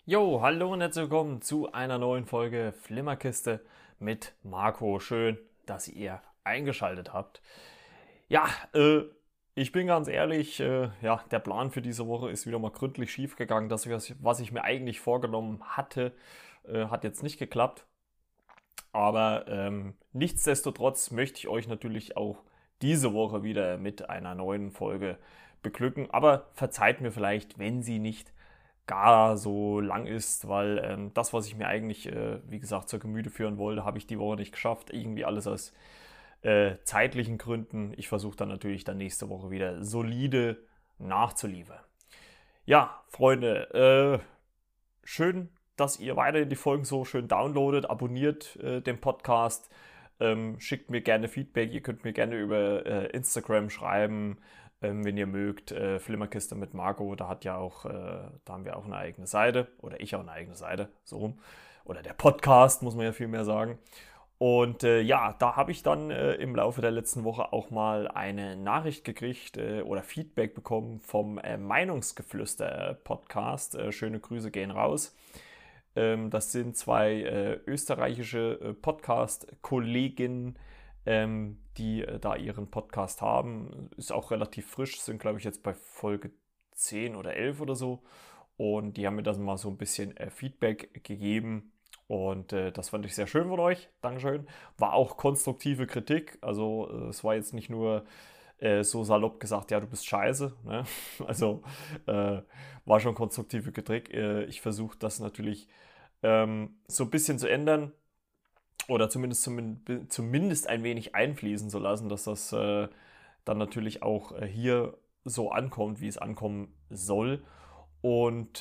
Jo, hallo und herzlich willkommen zu einer neuen Folge Flimmerkiste mit Marco. Schön, dass ihr eingeschaltet habt. Ja, ich bin ganz ehrlich, ja, der Plan für diese Woche ist wieder mal gründlich schief gegangen. Das, was ich mir eigentlich vorgenommen hatte, hat jetzt nicht geklappt. Aber nichtsdestotrotz möchte ich euch natürlich auch diese Woche wieder mit einer neuen Folge beglücken. Aber verzeiht mir vielleicht, wenn sie nicht gar so lang ist, weil das, was ich mir eigentlich, wie gesagt, zur Gemüte führen wollte, habe ich die Woche nicht geschafft. Irgendwie alles aus zeitlichen Gründen. Ich versuche dann natürlich dann nächste Woche wieder solide nachzuliefern. Ja, Freunde, schön, dass ihr weiterhin die Folgen so schön downloadet, abonniert den Podcast, schickt mir gerne Feedback. Ihr könnt mir gerne über Instagram schreiben, wenn ihr mögt. Flimmerkiste mit Marco, da haben wir auch eine eigene Seite oder ich auch eine eigene Seite, so rum. Oder der Podcast, muss man ja viel mehr sagen. Und ja, da habe ich dann im Laufe der letzten Woche auch mal eine Nachricht gekriegt oder Feedback bekommen vom Meinungsgeflüster-Podcast. Schöne Grüße gehen raus. Das sind zwei österreichische Podcast-Kolleginnen, die da ihren Podcast haben. Ist auch relativ frisch, sind glaube ich jetzt bei Folge 10 oder 11 oder so. Und die haben mir das mal so ein bisschen Feedback gegeben. Und das fand ich sehr schön von euch. Dankeschön. War auch konstruktive Kritik. Also es war jetzt nicht nur so salopp gesagt, ja, du bist scheiße. Ne? Also war schon konstruktive Kritik. Ich versuche das natürlich so ein bisschen zu ändern oder zumindest ein wenig einfließen zu lassen, dass das dann natürlich auch hier so ankommt, wie es ankommen soll. Und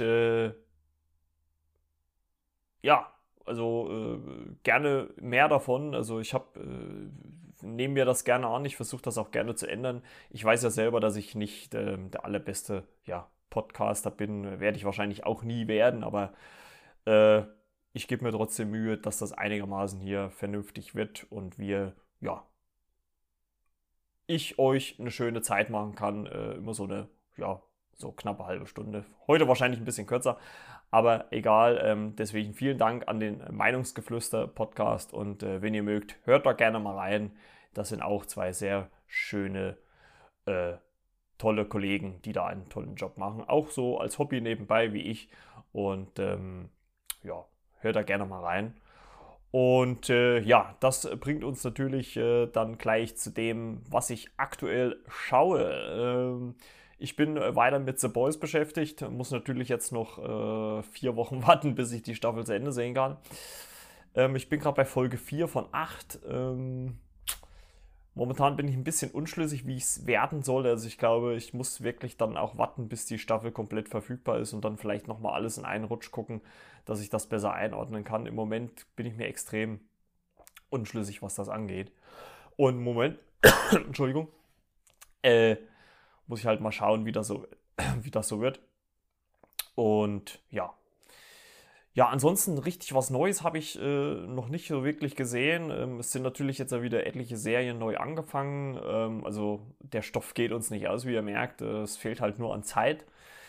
ja, also gerne mehr davon. Also nehme mir das gerne an. Ich versuche das auch gerne zu ändern. Ich weiß ja selber, dass ich nicht der allerbeste ja, Podcaster bin. Werde ich wahrscheinlich auch nie werden, aber äh, ich gebe mir trotzdem Mühe, dass das einigermaßen hier vernünftig wird und ja, ich euch eine schöne Zeit machen kann. Immer so ja, so knappe halbe Stunde. Heute wahrscheinlich ein bisschen kürzer, aber egal. Deswegen vielen Dank an den Meinungsgeflüster-Podcast und wenn ihr mögt, hört da gerne mal rein. Das sind auch zwei sehr schöne, äh, tolle Kollegen, die da einen tollen Job machen. Auch so als Hobby nebenbei wie ich. Und ja, hört da gerne mal rein. Und ja, das bringt uns natürlich dann gleich zu dem, was ich aktuell schaue. Ich bin weiter mit The Boys beschäftigt, muss natürlich jetzt noch 4 Wochen warten, bis ich die Staffel zu Ende sehen kann. Ich bin gerade bei Folge 4 von 8. Momentan bin ich ein bisschen unschlüssig, wie ich es werden soll. Also ich glaube, ich muss wirklich dann auch warten, bis die Staffel komplett verfügbar ist und dann vielleicht nochmal alles in einen Rutsch gucken, dass ich das besser einordnen kann. Im Moment bin ich mir extrem unschlüssig, was das angeht. Und im Moment, Entschuldigung, äh, muss ich halt mal schauen, wie das so wird. Und ja, ja, ansonsten richtig was Neues habe ich noch nicht so wirklich gesehen. Es sind natürlich jetzt ja wieder etliche Serien neu angefangen. Also der Stoff geht uns nicht aus, wie ihr merkt. Es fehlt halt nur an Zeit.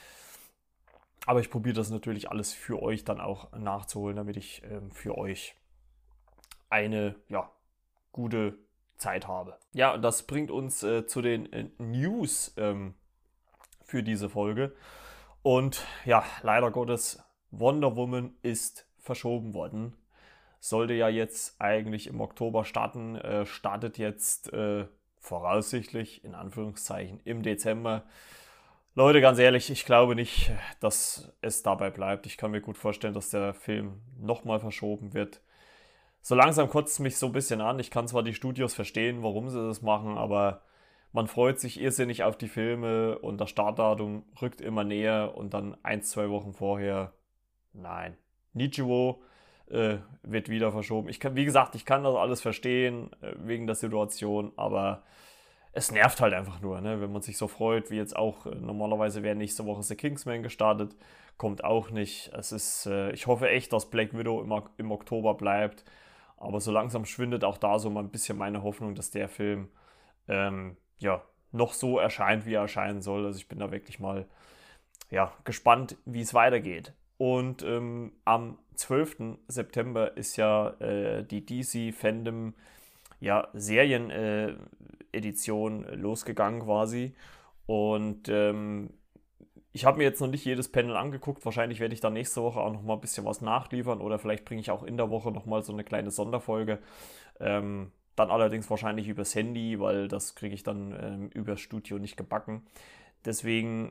Aber ich probiere das natürlich alles für euch dann auch nachzuholen, damit ich für euch eine ja, gute Zeit habe. Ja, das bringt uns zu den News für diese Folge. Und ja, leider Gottes, Wonder Woman ist verschoben worden. Sollte ja jetzt eigentlich im Oktober starten, startet jetzt voraussichtlich, in Anführungszeichen, im Dezember. Leute, ganz ehrlich, ich glaube nicht, dass es dabei bleibt. Ich kann mir gut vorstellen, dass der Film nochmal verschoben wird. So langsam kotzt es mich so ein bisschen an. Ich kann zwar die Studios verstehen, warum sie das machen, aber man freut sich irrsinnig auf die Filme und das Startdatum rückt immer näher und dann 1, 2 Wochen vorher, nein. Nichiro wird wieder verschoben. Wie gesagt, ich kann das alles verstehen wegen der Situation, aber es nervt halt einfach nur, ne? Wenn man sich so freut, wie jetzt auch normalerweise wäre nächste Woche The Kingsman gestartet, kommt auch nicht. Ich hoffe echt, dass Black Widow im Oktober bleibt, aber so langsam schwindet auch da so mal ein bisschen meine Hoffnung, dass der Film ja noch so erscheint, wie er erscheinen soll. Also ich bin da wirklich mal ja gespannt, wie es weitergeht. Und am 12. September ist ja die DC Fandom ja, Serien-Edition losgegangen quasi. Und ich habe mir jetzt noch nicht jedes Panel angeguckt. Wahrscheinlich werde ich dann nächste Woche auch noch mal ein bisschen was nachliefern oder vielleicht bringe ich auch in der Woche noch mal so eine kleine Sonderfolge. Dann allerdings wahrscheinlich übers Handy, weil das kriege ich dann übers Studio nicht gebacken. Deswegen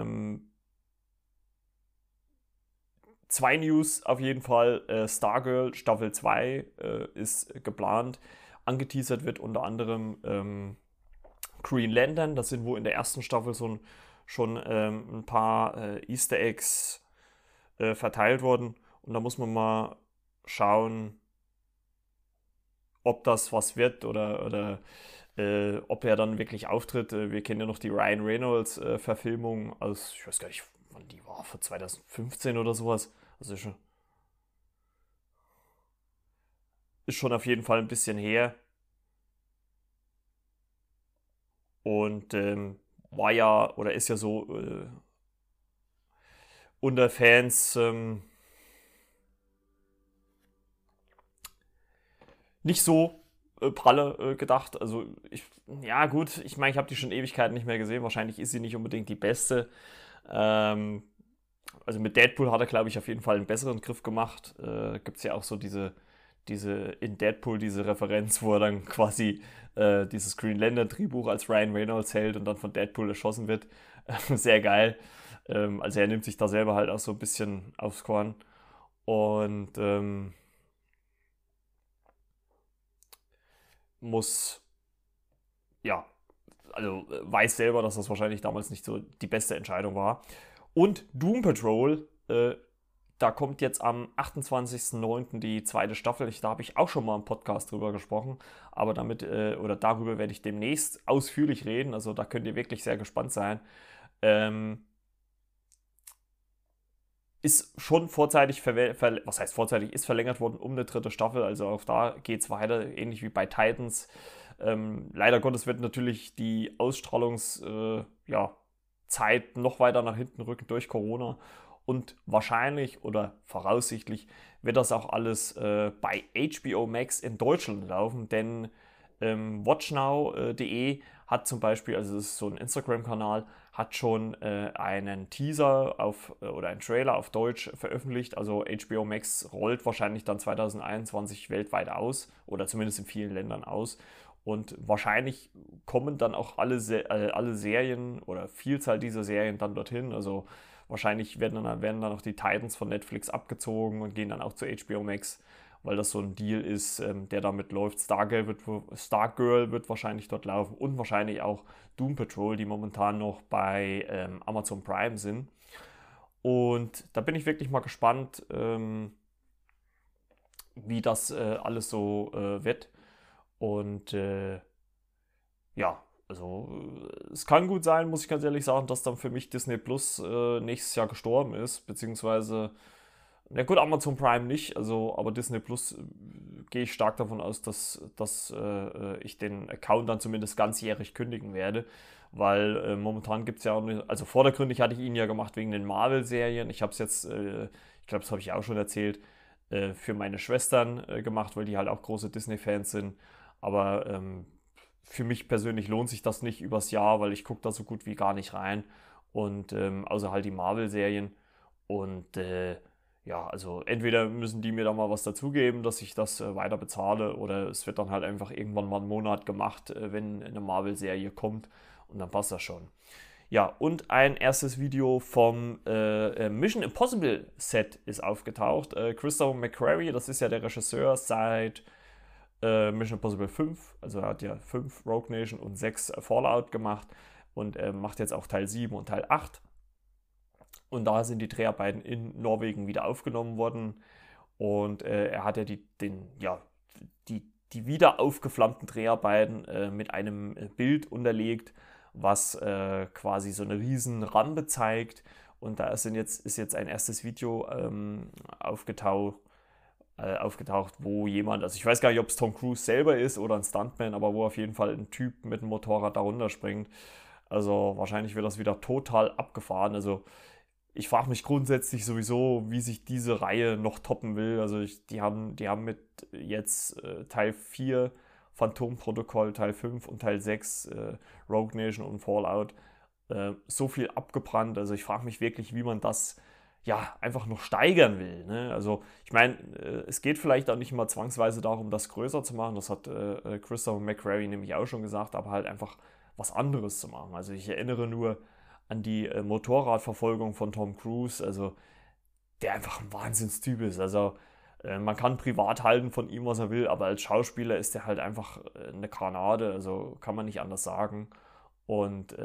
zwei News auf jeden Fall. Stargirl Staffel 2 ist geplant. Angeteasert wird unter anderem Green Lantern. Das sind wohl in der ersten Staffel schon ein paar Easter Eggs verteilt worden. Und da muss man mal schauen, ob das was wird oder ob er dann wirklich auftritt. Wir kennen ja noch die Ryan Reynolds Verfilmung aus, ich weiß gar nicht, wann die war, vor 2015 oder sowas. Also ist schon auf jeden Fall ein bisschen her. Und war ja oder ist ja so unter Fans nicht so pralle gedacht. Also ja gut, ich meine, ich habe die schon Ewigkeiten nicht mehr gesehen. Wahrscheinlich ist sie nicht unbedingt die beste. Ähm, also mit Deadpool hat er, glaube ich, auf jeden Fall einen besseren Griff gemacht. Gibt es ja auch so diese in Deadpool diese Referenz, wo er dann quasi dieses Green Lantern Drehbuch als Ryan Reynolds hält und dann von Deadpool erschossen wird. Sehr geil. Also er nimmt sich da selber halt auch so ein bisschen aufs Korn. Und muss, ja, also weiß selber, dass das wahrscheinlich damals nicht so die beste Entscheidung war. Und Doom Patrol, da kommt jetzt am 28.09. die zweite Staffel. Da habe ich auch schon mal im Podcast drüber gesprochen, aber darüber werde ich demnächst ausführlich reden. Also da könnt ihr wirklich sehr gespannt sein. Ähm, ist schon vorzeitig, was heißt vorzeitig, ist verlängert worden um eine dritte Staffel. Also auch da geht es weiter, ähnlich wie bei Titans. Leider Gottes wird natürlich die Zeit noch weiter nach hinten rücken durch Corona. Und wahrscheinlich oder voraussichtlich wird das auch alles bei HBO Max in Deutschland laufen, denn watchnow.de hat zum Beispiel, also das ist so ein Instagram-Kanal, hat schon einen Teaser oder einen Trailer auf Deutsch veröffentlicht. Also HBO Max rollt wahrscheinlich dann 2021 weltweit aus oder zumindest in vielen Ländern aus. Und wahrscheinlich kommen dann auch alle Serien oder Vielzahl dieser Serien dann dorthin. Also wahrscheinlich werden dann auch die Titans von Netflix abgezogen und gehen dann auch zu HBO Max, weil das so ein Deal ist, der damit läuft. Stargirl wird wahrscheinlich dort laufen und wahrscheinlich auch Doom Patrol, die momentan noch bei Amazon Prime sind. Und da bin ich wirklich mal gespannt, wie das alles so wird. Und ja, also es kann gut sein, muss ich ganz ehrlich sagen, dass dann für mich Disney Plus nächstes Jahr gestorben ist, beziehungsweise, na gut, Amazon Prime nicht, also aber Disney Plus gehe ich stark davon aus, dass ich den Account dann zumindest ganzjährig kündigen werde, weil momentan gibt es ja auch, also vordergründig hatte ich ihn ja gemacht wegen den Marvel-Serien. Ich habe es jetzt, ich glaube, das habe ich auch schon erzählt, für meine Schwestern gemacht, weil die halt auch große Disney-Fans sind. Aber für mich persönlich lohnt sich das nicht übers Jahr, weil ich gucke da so gut wie gar nicht rein. Und außer halt die Marvel-Serien. Und ja, also entweder müssen die mir da mal was dazugeben, dass ich das weiter bezahle, oder es wird dann halt einfach irgendwann mal einen Monat gemacht, wenn eine Marvel-Serie kommt. Und dann passt das schon. Ja, und ein erstes Video vom Mission Impossible Set ist aufgetaucht. Christopher McQuarrie, das ist ja der Regisseur seit Mission Impossible 5. Also er hat ja 5 Rogue Nation und 6 Fallout gemacht und macht jetzt auch Teil 7 und Teil 8. Und da sind die Dreharbeiten in Norwegen wieder aufgenommen worden. Und er hat ja die wieder aufgeflammten Dreharbeiten mit einem Bild unterlegt, was quasi so eine riesen Rampe zeigt. Und da ist jetzt ein erstes Video aufgetaucht, wo jemand, also ich weiß gar nicht, ob es Tom Cruise selber ist oder ein Stuntman, aber wo auf jeden Fall ein Typ mit einem Motorrad darunter springt. Also wahrscheinlich wird das wieder total abgefahren. Also ich frage mich grundsätzlich sowieso, wie sich diese Reihe noch toppen will. Also die haben mit jetzt Teil 4 Phantom-Protokoll, Teil 5 und Teil 6 Rogue Nation und Fallout so viel abgebrannt. Also ich frage mich wirklich, wie man das ja einfach noch steigern will. Ne? Also ich meine, es geht vielleicht auch nicht mal zwangsweise darum, das größer zu machen. Das hat Christopher McQuarrie nämlich auch schon gesagt, aber halt einfach was anderes zu machen. Also ich erinnere nur an die Motorradverfolgung von Tom Cruise, also der einfach ein Wahnsinnstyp ist. Also man kann privat halten von ihm, was er will, aber als Schauspieler ist er halt einfach eine Granate, also kann man nicht anders sagen. Und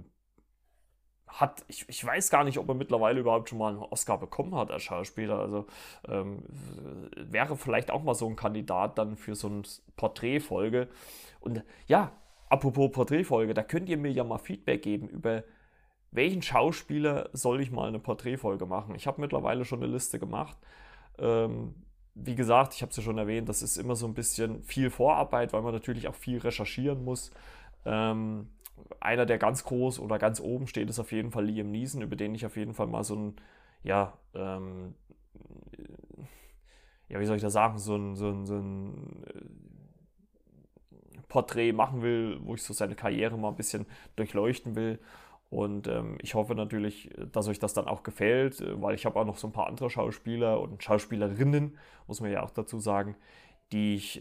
ich weiß gar nicht, ob er mittlerweile überhaupt schon mal einen Oscar bekommen hat als Schauspieler. Also wäre vielleicht auch mal so ein Kandidat dann für so eine Porträtfolge. Und ja, apropos Porträtfolge, da könnt ihr mir ja mal Feedback geben über welchen Schauspieler soll ich mal eine Porträtfolge machen. Ich habe mittlerweile schon eine Liste gemacht. Ähm, Wie gesagt, ich habe es ja schon erwähnt, das ist immer so ein bisschen viel Vorarbeit, weil man natürlich auch viel recherchieren muss. Ähm, Einer, der ganz groß oder ganz oben steht, ist auf jeden Fall Liam Neeson, über den ich auf jeden Fall mal so ein, ja, ja, wie soll ich das sagen, Porträt machen will, wo ich so seine Karriere mal ein bisschen durchleuchten will. Und ich hoffe natürlich, dass euch das dann auch gefällt, weil ich habe auch noch so ein paar andere Schauspieler und Schauspielerinnen, muss man ja auch dazu sagen, die ich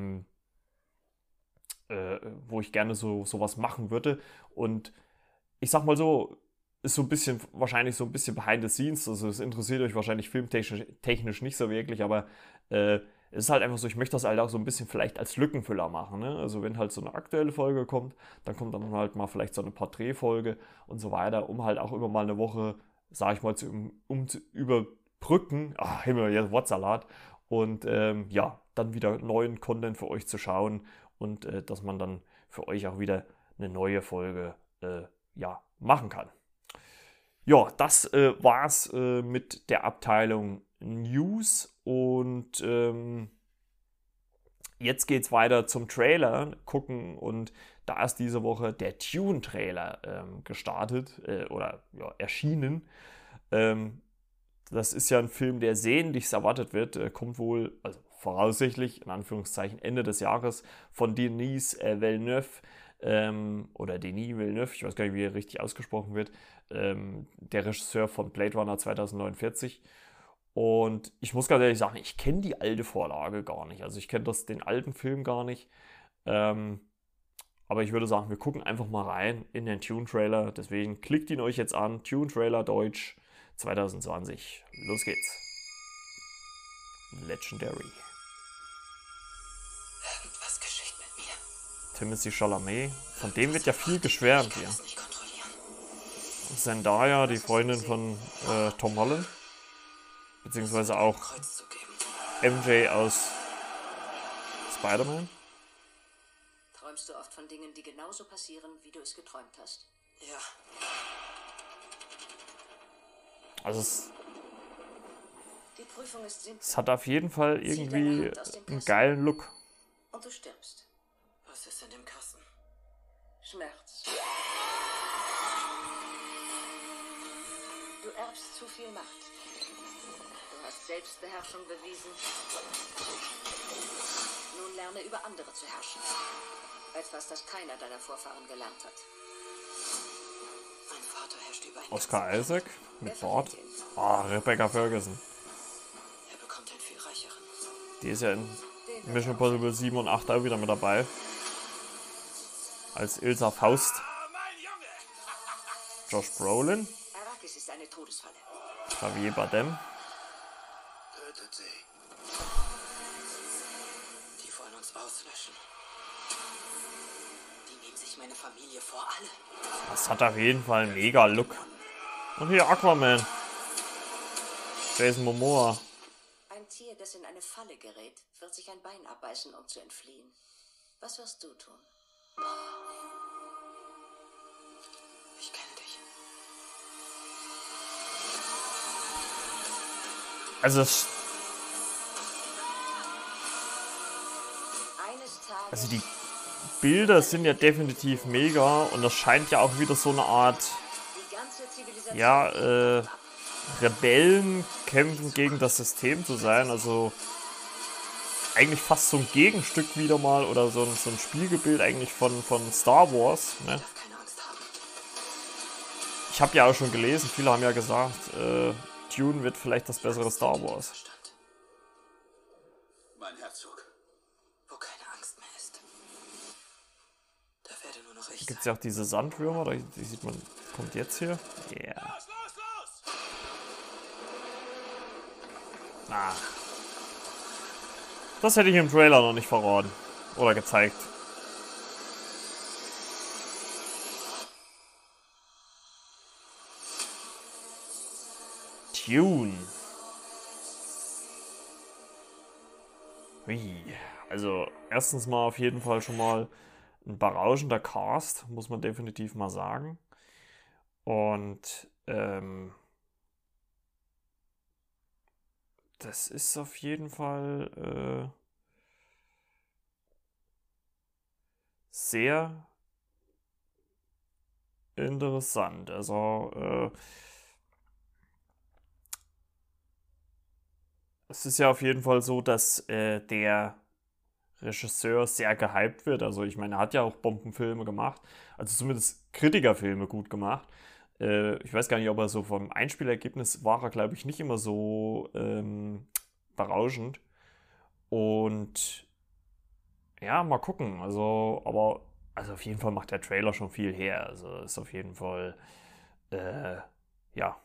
wo ich gerne sowas machen würde. Und ich sag mal so, ist so ein bisschen, wahrscheinlich so ein bisschen behind the scenes. Also es interessiert euch wahrscheinlich filmtechnisch nicht so wirklich, aber äh, es ist halt einfach so, ich möchte das halt auch so ein bisschen vielleicht als Lückenfüller machen. Ne? Also wenn halt so eine aktuelle Folge kommt, dann kommt dann halt mal vielleicht so eine Porträtfolge und so weiter, um halt auch immer mal eine Woche, sag ich mal, zu überbrücken. Ach, Himmel, jetzt Wortsalat. Und ja, dann wieder neuen Content für euch zu schauen und dass man dann für euch auch wieder eine neue Folge ja, machen kann. Ja, das war's mit der Abteilung News und jetzt geht's weiter zum Trailer gucken und da ist diese Woche der Dune-Trailer gestartet oder ja, erschienen. Ähm, Das ist ja ein Film, der sehnlichst erwartet wird, kommt wohl, also voraussichtlich, in Anführungszeichen, Ende des Jahres von Denis Villeneuve oder Denis Villeneuve, ich weiß gar nicht, wie er richtig ausgesprochen wird, der Regisseur von Blade Runner 2049. Und ich muss ganz ehrlich sagen, ich kenne die alte Vorlage gar nicht. Also ich kenne den alten Film gar nicht. Ähm, aber ich würde sagen, wir gucken einfach mal rein in den Tune-Trailer. Deswegen klickt ihn euch jetzt an. Tune-Trailer Deutsch 2020. Los geht's. Legendary. Irgendwas geschieht mit mir. Timothée Chalamet. Von dem wird ja viel geschwärmt Ich kann hier. es nicht kontrollieren. Zendaya, die Freundin von Tom Holland. Beziehungsweise auch Kreuz zu geben. MJ aus Spider-Man. Träumst du oft von Dingen, die genauso passieren, wie du es geträumt hast? Ja, Also Die Prüfung ist simpel es hat auf jeden Fall irgendwie einen geilen Look. und du stirbst. was ist in dem Kasten? Schmerz. Du erbst zu viel Macht. Du hast Selbstbeherrschung bewiesen. Nun lerne über andere zu herrschen. Etwas, das keiner deiner Vorfahren gelernt hat. Mein Vater herrscht über ein Oscar Isaac Wer mit Bart. verrät ihn? Ah, Rebecca Ferguson. Er bekommt einen viel reicheren. Die ist ja in Mission Impossible 7 und 8 auch wieder mit dabei. Als Ilsa Faust. Josh Brolin. Arrakis ist eine Todesfalle. Javier Bardem. Tötet sie. Die wollen uns auslöschen. Die nehmen sich meine Familie vor alle. Das hat auf jeden Fall einen mega Look. Und hier Aquaman. Jason Momoa. Ein Tier, das in eine Falle gerät, wird sich ein Bein abbeißen, um zu entfliehen. Was wirst du tun? Ich kenne dich. Also, Eines Tages also die Bilder sind ja definitiv mega und das scheint ja auch wieder so eine Art, die ganze Zivilisation ja, Rebellen kämpfen gegen das System zu sein. Also eigentlich fast so ein Gegenstück wieder mal oder so ein Spiegelbild eigentlich von Star Wars. Ne? Keine Angst haben. Ich habe ja auch schon gelesen, viele haben ja gesagt, Dune wird vielleicht das bessere Star Wars. Verstand, Mein Herzog. wo keine Angst mehr ist. Da werde nur noch ich Gibt es sein. ja auch diese Sandwürmer, die sieht man, kommt jetzt hier. Yeah. Los, los, los! Ah. Das hätte ich im Trailer noch nicht verraten. Oder gezeigt. Dune. Wie? Also, erstens mal auf jeden Fall schon mal ein berauschender Cast, muss man definitiv mal sagen. Und das ist auf jeden Fall sehr interessant. Also, es ist ja auf jeden Fall so, dass der Regisseur sehr gehypt wird. Also ich meine, er hat ja auch Bombenfilme gemacht, also zumindest Kritikerfilme gut gemacht. Ich weiß gar nicht, ob er so vom Einspielergebnis war er, glaube ich, nicht immer so berauschend. Und ja, mal gucken. Also, aber also auf jeden Fall macht der Trailer schon viel her. Also ist auf jeden Fall ja.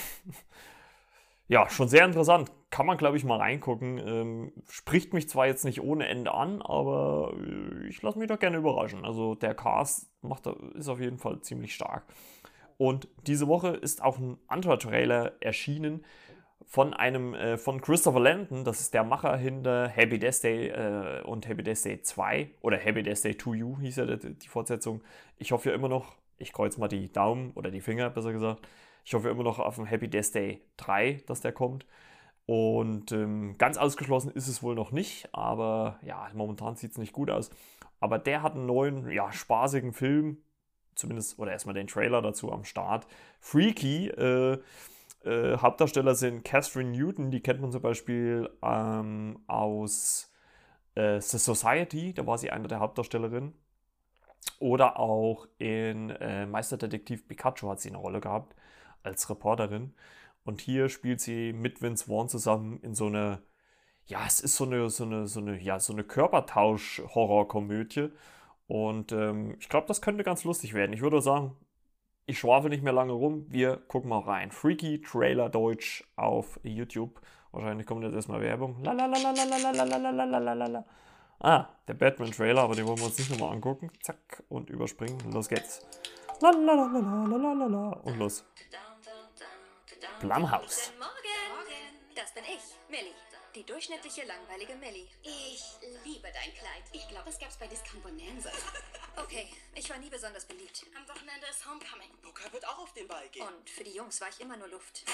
Ja, schon sehr interessant. Kann man, glaube ich, mal reingucken. Spricht mich zwar jetzt nicht ohne Ende an, aber ich lasse mich doch gerne überraschen. Also der Cast ist auf jeden Fall ziemlich stark. Und diese Woche ist auch ein anderer Trailer erschienen von von Christopher Landon. Das ist der Macher hinter Happy Death Day und Happy Death Day 2 oder Happy Death Day 2U hieß ja die Fortsetzung. Ich hoffe ja immer noch, ich kreuze mal die Daumen oder die Finger, besser gesagt. Ich hoffe immer noch auf den Happy Death Day 3, dass der kommt. Und ganz ausgeschlossen ist es wohl noch nicht, aber ja, momentan sieht es nicht gut aus. Aber der hat einen neuen, ja, spaßigen Film, zumindest, oder erstmal den Trailer dazu am Start. Freaky, Hauptdarsteller sind Catherine Newton, die kennt man zum Beispiel aus The Society, da war sie eine der Hauptdarstellerinnen. Oder auch in Meisterdetektiv Pikachu hat sie eine Rolle gehabt als Reporterin. Und hier spielt sie mit Vince Vaughn zusammen in so eine, ja, es ist so eine Körpertausch-Horrorkomödie. Und ich glaube, das könnte ganz lustig werden. Ich würde sagen, ich schwafel nicht mehr lange rum. Wir gucken mal rein. Freaky Trailer Deutsch auf YouTube. Wahrscheinlich kommt jetzt erstmal Werbung. Lalalalalalalalalalalalala. Ah, der Batman-Trailer, aber den wollen wir uns nicht nochmal angucken. Zack, und überspringen. Los geht's. Lalalalalalala. Und los. Blumhouse. Guten Morgen. Das bin ich, Millie. Die durchschnittliche, langweilige Millie. Ich liebe dein Kleid. Ich glaube, es gab's bei Discount Bonanza. Okay, ich war nie besonders beliebt. Am Wochenende ist Homecoming. Luca wird auch auf den Ball gehen. Und für die Jungs war ich immer nur Luft.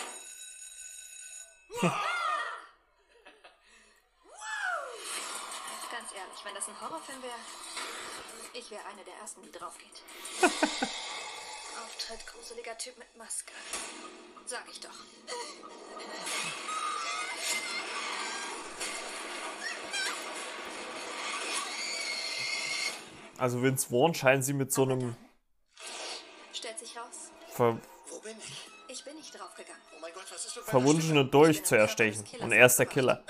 Ganz ehrlich, wenn das ein Horrorfilm wäre, ich wäre eine der ersten, die drauf geht. Auftritt, gruseliger Typ mit Maske. Sag ich doch. Also Vince Vaughn scheint sie mit so einem Stellt sich raus, Wo bin ich? ich bin nicht draufgegangen. Oh mein Gott, was ist mit meiner verwunschenen Dolch zu erstechen. Und er ist der Killer.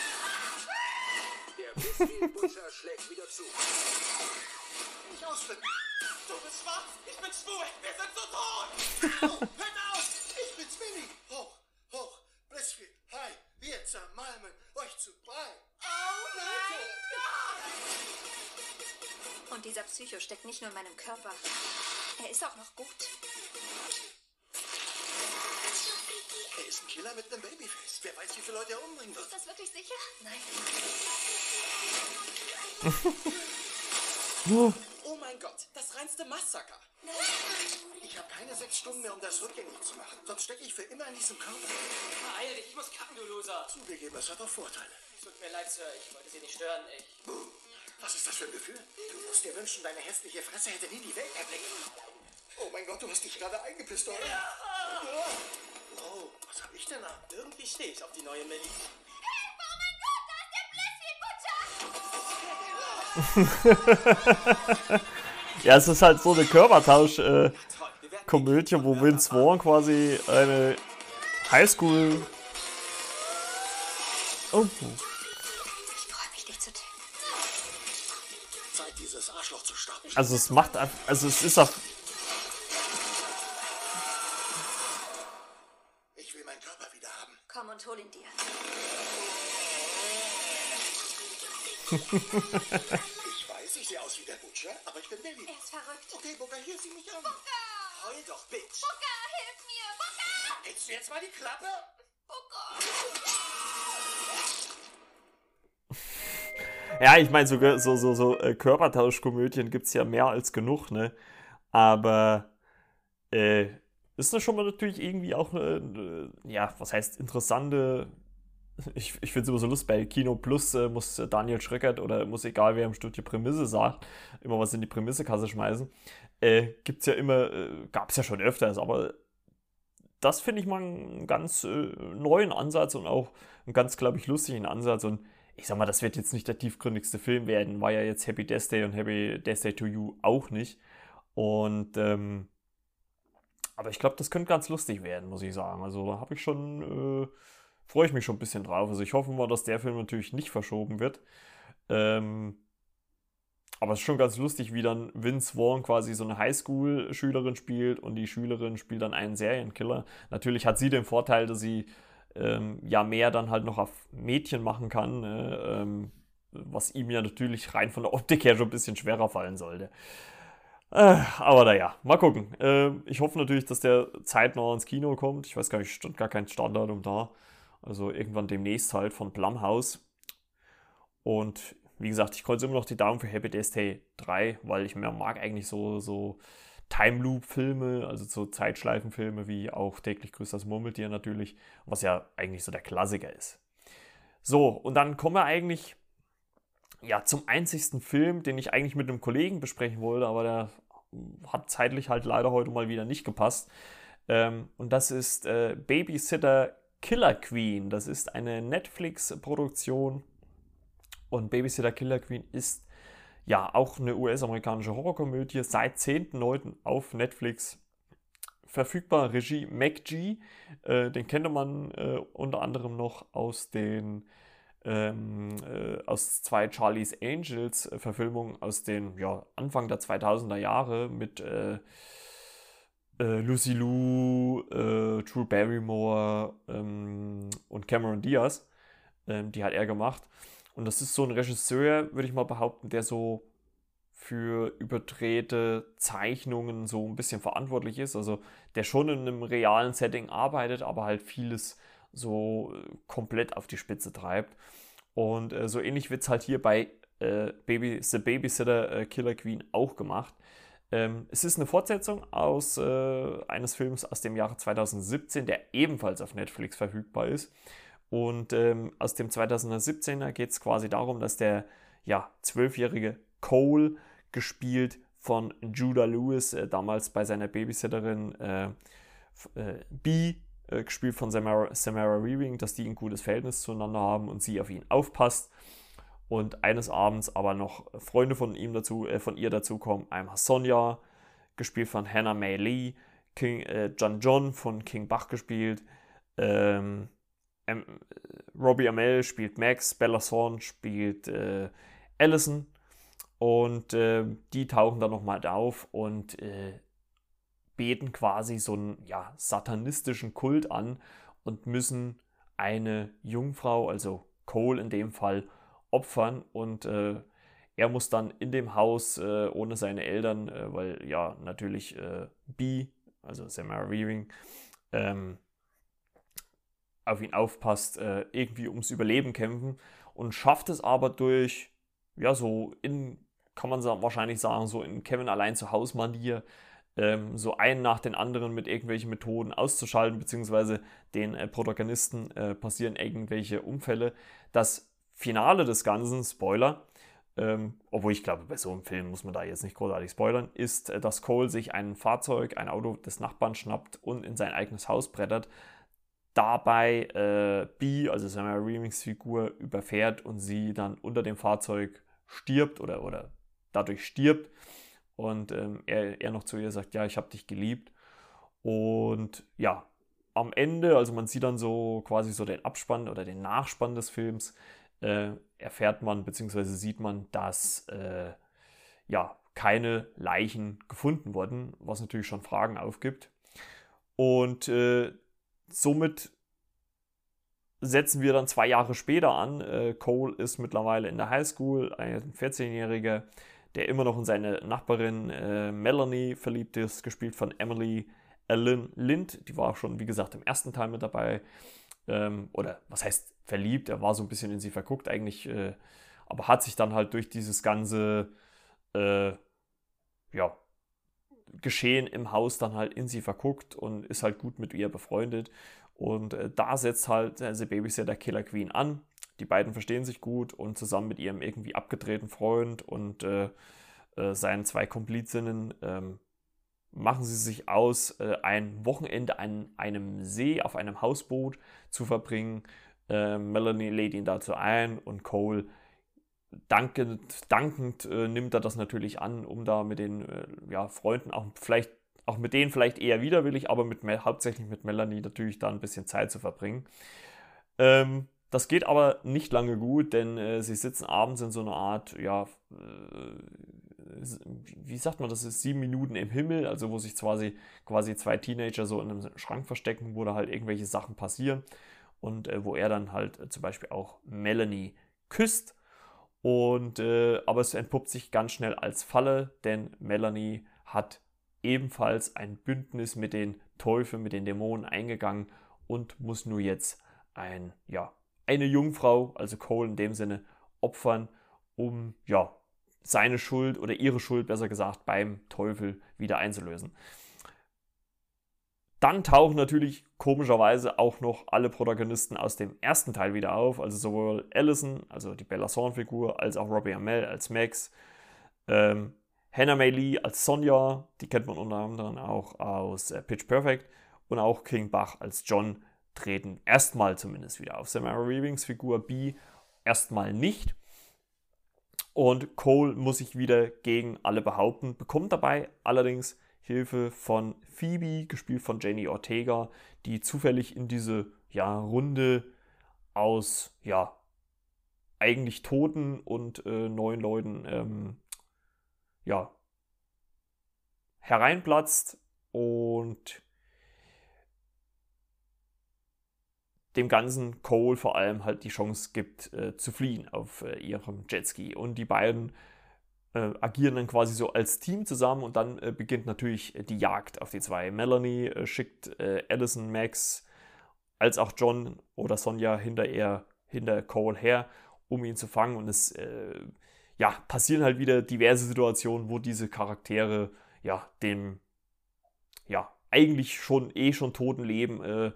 Der Whisky-Butcher schlägt wieder zu. Nicht ausflippen. Du bist schwach, ich bin schwul, wir sind so tot. Hört auf, ich bin's Willi. Hoch, hoch, Blitzfield, hi, wir zermalmen euch zu Brei. Oh nein. Und dieser Psycho steckt nicht nur in meinem Körper. Er ist auch noch gut. Er ist ein Killer mit einem Babyface. Wer weiß, wie viele Leute er umbringen wird. Ist das wirklich sicher? Nein. Oh mein Gott, das reinste Massaker. Ich habe keine 6 Stunden mehr, um das rückgängig zu machen. Sonst stecke ich für immer in diesem Körper. Beeil dich, ich muss kacken, du Loser. Zugegeben, es hat auch Vorteile. Tut mir leid, Sir, ich wollte Sie nicht stören. Was ist das für ein Gefühl? Du musst dir wünschen, deine hässliche Fresse hätte nie die Welt erblickt. Oh mein Gott, du hast dich gerade eingepisst, oder? Ja. Oh, Was habe ich denn an? Irgendwie stehe ich auf die neue Millie. Ja, es ist halt so eine Körpertausch-Komödie, wo Vince Vaughn quasi eine Highschool... Oh. Ich freue mich, dich zu töten. Zeit, dieses Arschloch zu stoppen. Also es macht einfach... Also es ist auf... Ich will meinen Körper wieder haben. Komm und hol ihn dir. Ich weiß, ich sehe aus wie der Butcher, aber ich bin Millie. Er ist verrückt. Okay, Booker, hier, sieh mich an. Heul doch, Bitch. Booker, hilf mir! Booker! Hältst du jetzt mal die Klappe? Ja, ich meine, so Körpertauschkomödien gibt es ja mehr als genug, ne? Aber ist das schon mal natürlich irgendwie auch ja, was heißt interessante. Ich finde es immer so lustig, bei Kino Plus muss Daniel Schröckert oder muss egal wer im Studio Prämisse sagt, immer was in die Prämissekasse schmeißen. Gibt's ja immer, gab es ja schon öfters, aber das finde ich mal einen ganz neuen Ansatz und auch einen ganz, glaube ich, lustigen Ansatz. Und ich sag mal, das wird jetzt nicht der tiefgründigste Film werden, war ja jetzt Happy Death Day und Happy Death Day to You auch nicht. Und aber ich glaube, das könnte ganz lustig werden, muss ich sagen. Also da habe ich schon, freue ich mich schon ein bisschen drauf. Also ich hoffe mal, dass der Film natürlich nicht verschoben wird. Aber es ist schon ganz lustig, wie dann Vince Vaughn quasi so eine Highschool-Schülerin spielt und die Schülerin spielt dann einen Serienkiller. Natürlich hat sie den Vorteil, dass sie ja mehr dann halt noch auf Mädchen machen kann, was ihm ja natürlich rein von der Optik her schon ein bisschen schwerer fallen sollte. Aber naja, mal gucken. Ich hoffe natürlich, dass der zeitnah ins Kino kommt. Ich weiß gar nicht, stand gar kein Startdatum da. Also irgendwann demnächst halt von Blumhouse. Und wie gesagt, ich kreuze immer noch die Daumen für Happy Death Day 3, weil ich mag eigentlich so Time Loop Filme, also so Zeitschleifenfilme wie auch Täglich grüßt das Murmeltier natürlich, was ja eigentlich so der Klassiker ist. So, und dann kommen wir eigentlich ja zum einzigsten Film, den ich eigentlich mit einem Kollegen besprechen wollte, aber der hat zeitlich halt leider heute mal wieder nicht gepasst. Und das ist Babysitter Killer Queen. Das ist eine Netflix-Produktion. Und Babysitter Killer Queen ist ja auch eine US-amerikanische Horrorkomödie, seit 10.9. auf Netflix verfügbar. Regie McG, den kennt man unter anderem noch aus den aus zwei Charlie's Angels Verfilmungen aus den Anfang der 2000er Jahre mit Lucy Liu, Drew Barrymore und Cameron Diaz. Die hat er gemacht. Und das ist so ein Regisseur, würde ich mal behaupten, der so für überdrehte Zeichnungen so ein bisschen verantwortlich ist. Also der schon in einem realen Setting arbeitet, aber halt vieles so komplett auf die Spitze treibt. Und so ähnlich wird es halt hier bei The Babysitter Killer Queen auch gemacht. Es ist eine Fortsetzung aus eines Films aus dem Jahre 2017, der ebenfalls auf Netflix verfügbar ist. Und aus dem 2017er geht es quasi darum, dass der 12-jährige Cole, gespielt von Judah Lewis, damals bei seiner Babysitterin Bee, gespielt von Samara Weaving, dass die ein gutes Verhältnis zueinander haben und sie auf ihn aufpasst. Und eines Abends aber noch Freunde von ihr dazukommen. Einmal Sonja, gespielt von Hannah Mae Lee, John von King Bach gespielt, Robbie Amell spielt Max, Bella Thorne spielt Allison. Und die tauchen dann nochmal auf und beten quasi so einen satanistischen Kult an und müssen eine Jungfrau, also Cole in dem Fall, opfern. Und er muss dann in dem Haus ohne seine Eltern, weil natürlich Bee, also Samara Weaving, auf ihn aufpasst, irgendwie ums Überleben kämpfen und schafft es aber durch, kann man wahrscheinlich sagen, so in Kevin allein zu Haus Manier, so einen nach den anderen mit irgendwelchen Methoden auszuschalten, beziehungsweise den Protagonisten passieren irgendwelche Unfälle. Das Finale des Ganzen, Spoiler, obwohl ich glaube, bei so einem Film muss man da jetzt nicht großartig spoilern, ist, dass Cole sich ein Auto des Nachbarn schnappt und in sein eigenes Haus brettert. dabei Bee, also Samara Weavings Figur, überfährt und sie dann unter dem Fahrzeug stirbt oder dadurch stirbt. Und er noch zu ihr sagt, ja, ich habe dich geliebt. Und ja, am Ende, also man sieht dann so quasi so den Abspann oder den Nachspann des Films, erfährt man bzw. sieht man, dass ja, keine Leichen gefunden wurden, was natürlich schon Fragen aufgibt. Und somit setzen wir dann 2 Jahre später an. Cole ist mittlerweile in der Highschool, ein 14-Jähriger, der immer noch in seine Nachbarin Melanie verliebt ist, gespielt von Emily Alyn Lind. Die war auch schon, wie gesagt, im ersten Teil mit dabei. Oder was heißt verliebt? Er war so ein bisschen in sie verguckt eigentlich, aber hat sich dann halt durch dieses ganze ja, Geschehen im Haus dann halt in sie verguckt und ist halt gut mit ihr befreundet. Und da setzt halt The Babysitter Killer Queen an. Die beiden verstehen sich gut und zusammen mit ihrem irgendwie abgedrehten Freund und seinen 2 Komplizinnen machen sie sich aus, ein Wochenende an einem See auf einem Hausboot zu verbringen. Melanie lädt ihn dazu ein und Cole dankend nimmt er das natürlich an, um da mit den Freunden, auch mit denen vielleicht eher widerwillig, aber hauptsächlich mit Melanie natürlich da ein bisschen Zeit zu verbringen. Das geht aber nicht lange gut, denn sie sitzen abends in so einer Art, wie sagt man, das ist 7 Minuten im Himmel, also wo sich quasi 2 Teenager so in einem Schrank verstecken, wo da halt irgendwelche Sachen passieren und wo er dann halt zum Beispiel auch Melanie küsst. Und aber es entpuppt sich ganz schnell als Falle, denn Melanie hat ebenfalls ein Bündnis mit den Teufeln, mit den Dämonen eingegangen und muss nur jetzt eine Jungfrau, also Cole in dem Sinne, opfern, um seine Schuld oder ihre Schuld, besser gesagt, beim Teufel wieder einzulösen. Dann tauchen natürlich komischerweise auch noch alle Protagonisten aus dem ersten Teil wieder auf, also sowohl Allison, also die Bella Thorne-Figur, als auch Robbie Amell als Max, Hannah May Lee als Sonja, die kennt man unter anderem auch aus Pitch Perfect, und auch King Bach als John treten erstmal zumindest wieder auf. Samara Weavings Figur Bee erstmal nicht. Und Cole muss sich wieder gegen alle behaupten, bekommt dabei allerdings Hilfe von Phoebe, gespielt von Jenny Ortega, die zufällig in diese Runde aus eigentlich Toten und neuen Leuten hereinplatzt und dem ganzen Cole vor allem halt die Chance gibt, zu fliehen auf ihrem Jetski. Und die beiden agieren dann quasi so als Team zusammen und dann beginnt natürlich die Jagd auf die 2. Melanie schickt Allison, Max als auch John oder Sonja hinter Cole her, um ihn zu fangen. Und es passieren halt wieder diverse Situationen, wo diese Charaktere dem eigentlich schon toten Leben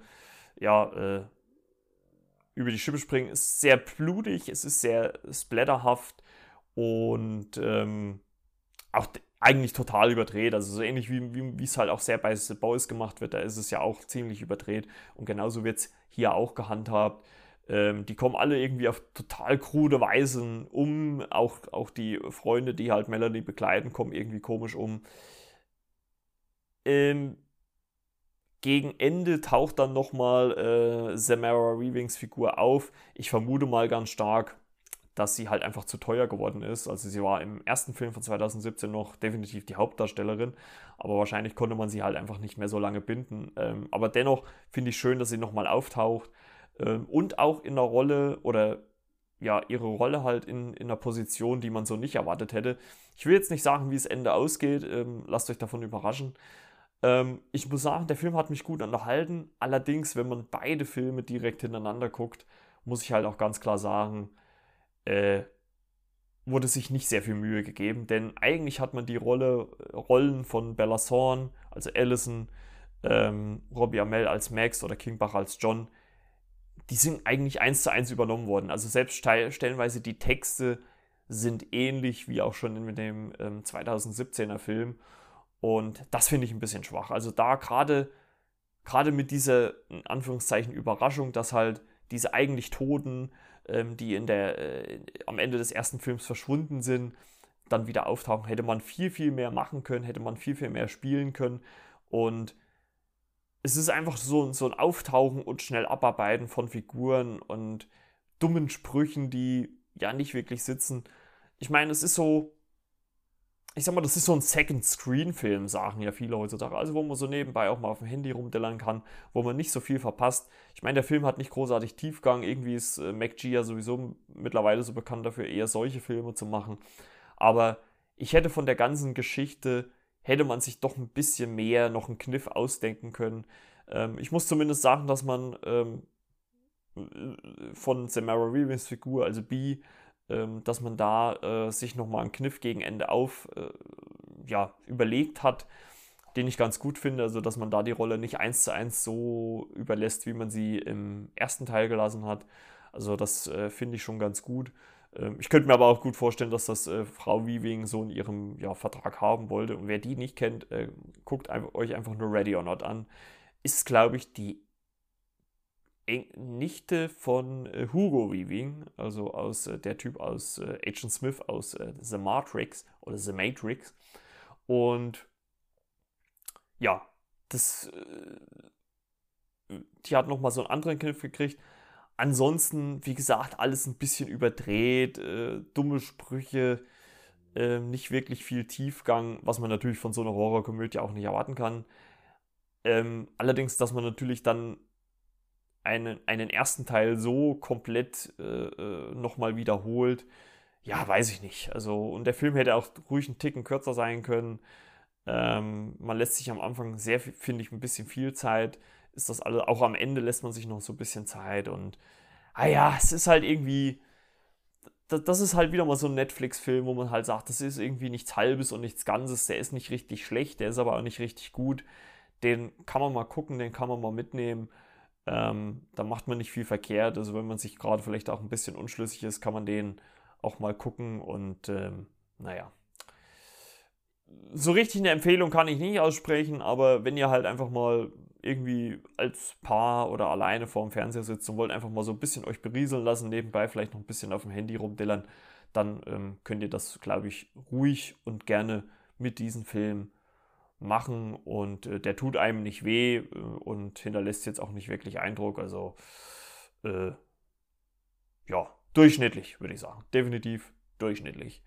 über die Schippe springen. Es ist sehr blutig, es ist sehr splatterhaft und auch eigentlich total überdreht. Also so ähnlich wie es halt auch sehr bei The Boys gemacht wird, da ist es ja auch ziemlich überdreht. Und genauso wird es hier auch gehandhabt. Die kommen alle irgendwie auf total krude Weisen um. Auch die Freunde, die halt Melanie begleiten, kommen irgendwie komisch um. Gegen Ende taucht dann nochmal Samara Weavings Figur auf. Ich vermute mal ganz stark, dass sie halt einfach zu teuer geworden ist. Also sie war im ersten Film von 2017 noch definitiv die Hauptdarstellerin, aber wahrscheinlich konnte man sie halt einfach nicht mehr so lange binden. Aber dennoch finde ich schön, dass sie nochmal auftaucht und auch in der Rolle oder ihre Rolle halt in einer Position, die man so nicht erwartet hätte. Ich will jetzt nicht sagen, wie das Ende ausgeht, lasst euch davon überraschen. Ich muss sagen, der Film hat mich gut unterhalten. Allerdings, wenn man beide Filme direkt hintereinander guckt, muss ich halt auch ganz klar sagen, wurde sich nicht sehr viel Mühe gegeben, denn eigentlich hat man die Rollen von Bella Thorne, also Allison, Robbie Amell als Max oder King Bach als John, die sind eigentlich 1:1 übernommen worden. Also selbst stellenweise die Texte sind ähnlich wie auch schon mit dem 2017er Film. Und das finde ich ein bisschen schwach. Also da gerade gerade mit dieser, in Anführungszeichen, Überraschung, dass halt diese eigentlich Toten, die am Ende des ersten Films verschwunden sind, dann wieder auftauchen, hätte man viel, viel mehr machen können, hätte man viel, viel mehr spielen können. Und es ist einfach so ein Auftauchen und schnell Abarbeiten von Figuren und dummen Sprüchen, die ja nicht wirklich sitzen. Ich meine, es ist so, ich sag mal, das ist so ein Second-Screen-Film, sagen ja viele heutzutage. Also wo man so nebenbei auch mal auf dem Handy rumdillern kann, wo man nicht so viel verpasst. Ich meine, der Film hat nicht großartig Tiefgang. Irgendwie ist McG ja sowieso mittlerweile so bekannt dafür, eher solche Filme zu machen. Aber ich hätte von der ganzen Geschichte, hätte man sich doch ein bisschen mehr noch einen Kniff ausdenken können. Ich muss zumindest sagen, dass man von Samara Weavings Figur, also Bee, dass man da sich nochmal einen Kniff gegen Ende überlegt hat, den ich ganz gut finde, also dass man da die Rolle nicht 1:1 so überlässt, wie man sie im ersten Teil gelassen hat. Also das finde ich schon ganz gut. Ich könnte mir aber auch gut vorstellen, dass das Frau Weaving so in ihrem Vertrag haben wollte. Und wer die nicht kennt, guckt euch einfach nur Ready or Not an. Ist, glaube ich, die Nichte von Hugo Weaving, also der Typ aus Agent Smith aus The Matrix oder The Matrix. Und ja, die hat nochmal so einen anderen Kniff gekriegt. Ansonsten, wie gesagt, alles ein bisschen überdreht, dumme Sprüche, nicht wirklich viel Tiefgang, was man natürlich von so einer Horrorkomödie auch nicht erwarten kann. Allerdings, dass man natürlich dann einen ersten Teil so komplett nochmal wiederholt, ja, weiß ich nicht. Also, und der Film hätte auch ruhig einen Ticken kürzer sein können. Man lässt sich am Anfang finde ich, ein bisschen viel Zeit. Ist das alles, auch am Ende lässt man sich noch so ein bisschen Zeit und es ist halt irgendwie, das ist halt wieder mal so ein Netflix-Film, wo man halt sagt, das ist irgendwie nichts Halbes und nichts Ganzes, der ist nicht richtig schlecht, der ist aber auch nicht richtig gut, den kann man mal gucken, den kann man mal mitnehmen, da macht man nicht viel verkehrt, also wenn man sich gerade vielleicht auch ein bisschen unschlüssig ist, kann man den auch mal gucken und so richtig eine Empfehlung kann ich nicht aussprechen, aber wenn ihr halt einfach mal irgendwie als Paar oder alleine vorm Fernseher sitzt und wollt einfach mal so ein bisschen euch berieseln lassen, nebenbei vielleicht noch ein bisschen auf dem Handy rumdillern, dann könnt ihr das, glaube ich, ruhig und gerne mit diesem Film machen und der tut einem nicht weh und hinterlässt jetzt auch nicht wirklich Eindruck, also durchschnittlich, würde ich sagen, definitiv durchschnittlich.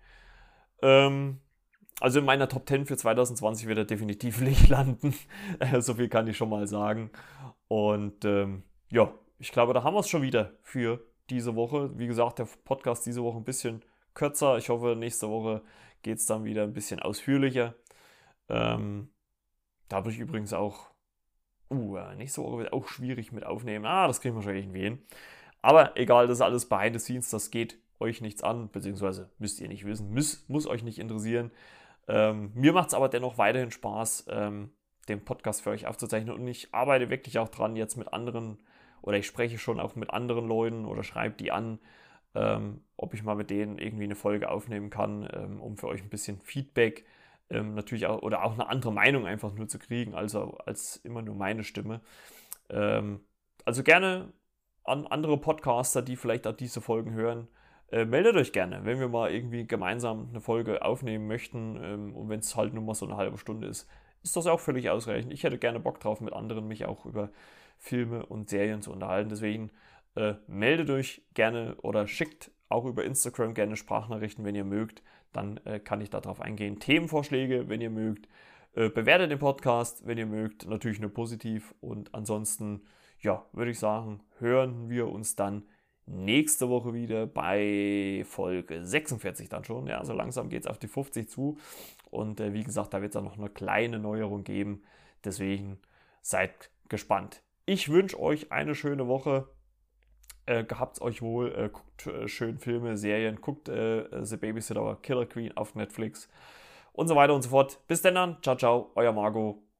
Also in meiner Top 10 für 2020 wird er definitiv nicht landen. So viel kann ich schon mal sagen. Und ich glaube, da haben wir es schon wieder für diese Woche. Wie gesagt, der Podcast diese Woche ein bisschen kürzer. Ich hoffe, nächste Woche geht es dann wieder ein bisschen ausführlicher. Da habe ich übrigens auch nächste Woche wird auch schwierig mit aufnehmen. Das kriegen wir schon irgendwie hin. Aber egal, das ist alles behind the scenes. Das geht euch nichts an, beziehungsweise müsst ihr nicht wissen, muss euch nicht interessieren. Mir macht es aber dennoch weiterhin Spaß, den Podcast für euch aufzuzeichnen und ich arbeite wirklich auch dran jetzt mit anderen oder ich spreche schon auch mit anderen Leuten oder schreibe die an, ob ich mal mit denen irgendwie eine Folge aufnehmen kann, um für euch ein bisschen Feedback natürlich auch oder auch eine andere Meinung einfach nur zu kriegen, also als immer nur meine Stimme. Also gerne an andere Podcaster, die vielleicht auch diese Folgen hören, meldet euch gerne, wenn wir mal irgendwie gemeinsam eine Folge aufnehmen möchten und wenn es halt nur mal so eine halbe Stunde ist das auch völlig ausreichend. Ich hätte gerne Bock drauf, mit anderen mich auch über Filme und Serien zu unterhalten. Deswegen meldet euch gerne oder schickt auch über Instagram gerne Sprachnachrichten, wenn ihr mögt. Dann kann ich darauf eingehen. Themenvorschläge, wenn ihr mögt. Bewertet den Podcast, wenn ihr mögt. Natürlich nur positiv. Und ansonsten, würde ich sagen, hören wir uns dann nächste Woche wieder bei Folge 46 dann schon. Ja, so langsam geht es auf die 50 zu. Und wie gesagt, da wird es dann noch eine kleine Neuerung geben. Deswegen seid gespannt. Ich wünsche euch eine schöne Woche. Gehabt's euch wohl. Guckt schön Filme, Serien. Guckt The Babysitter Killer Queen auf Netflix. Und so weiter und so fort. Bis dann. Ciao, ciao. Euer Margot.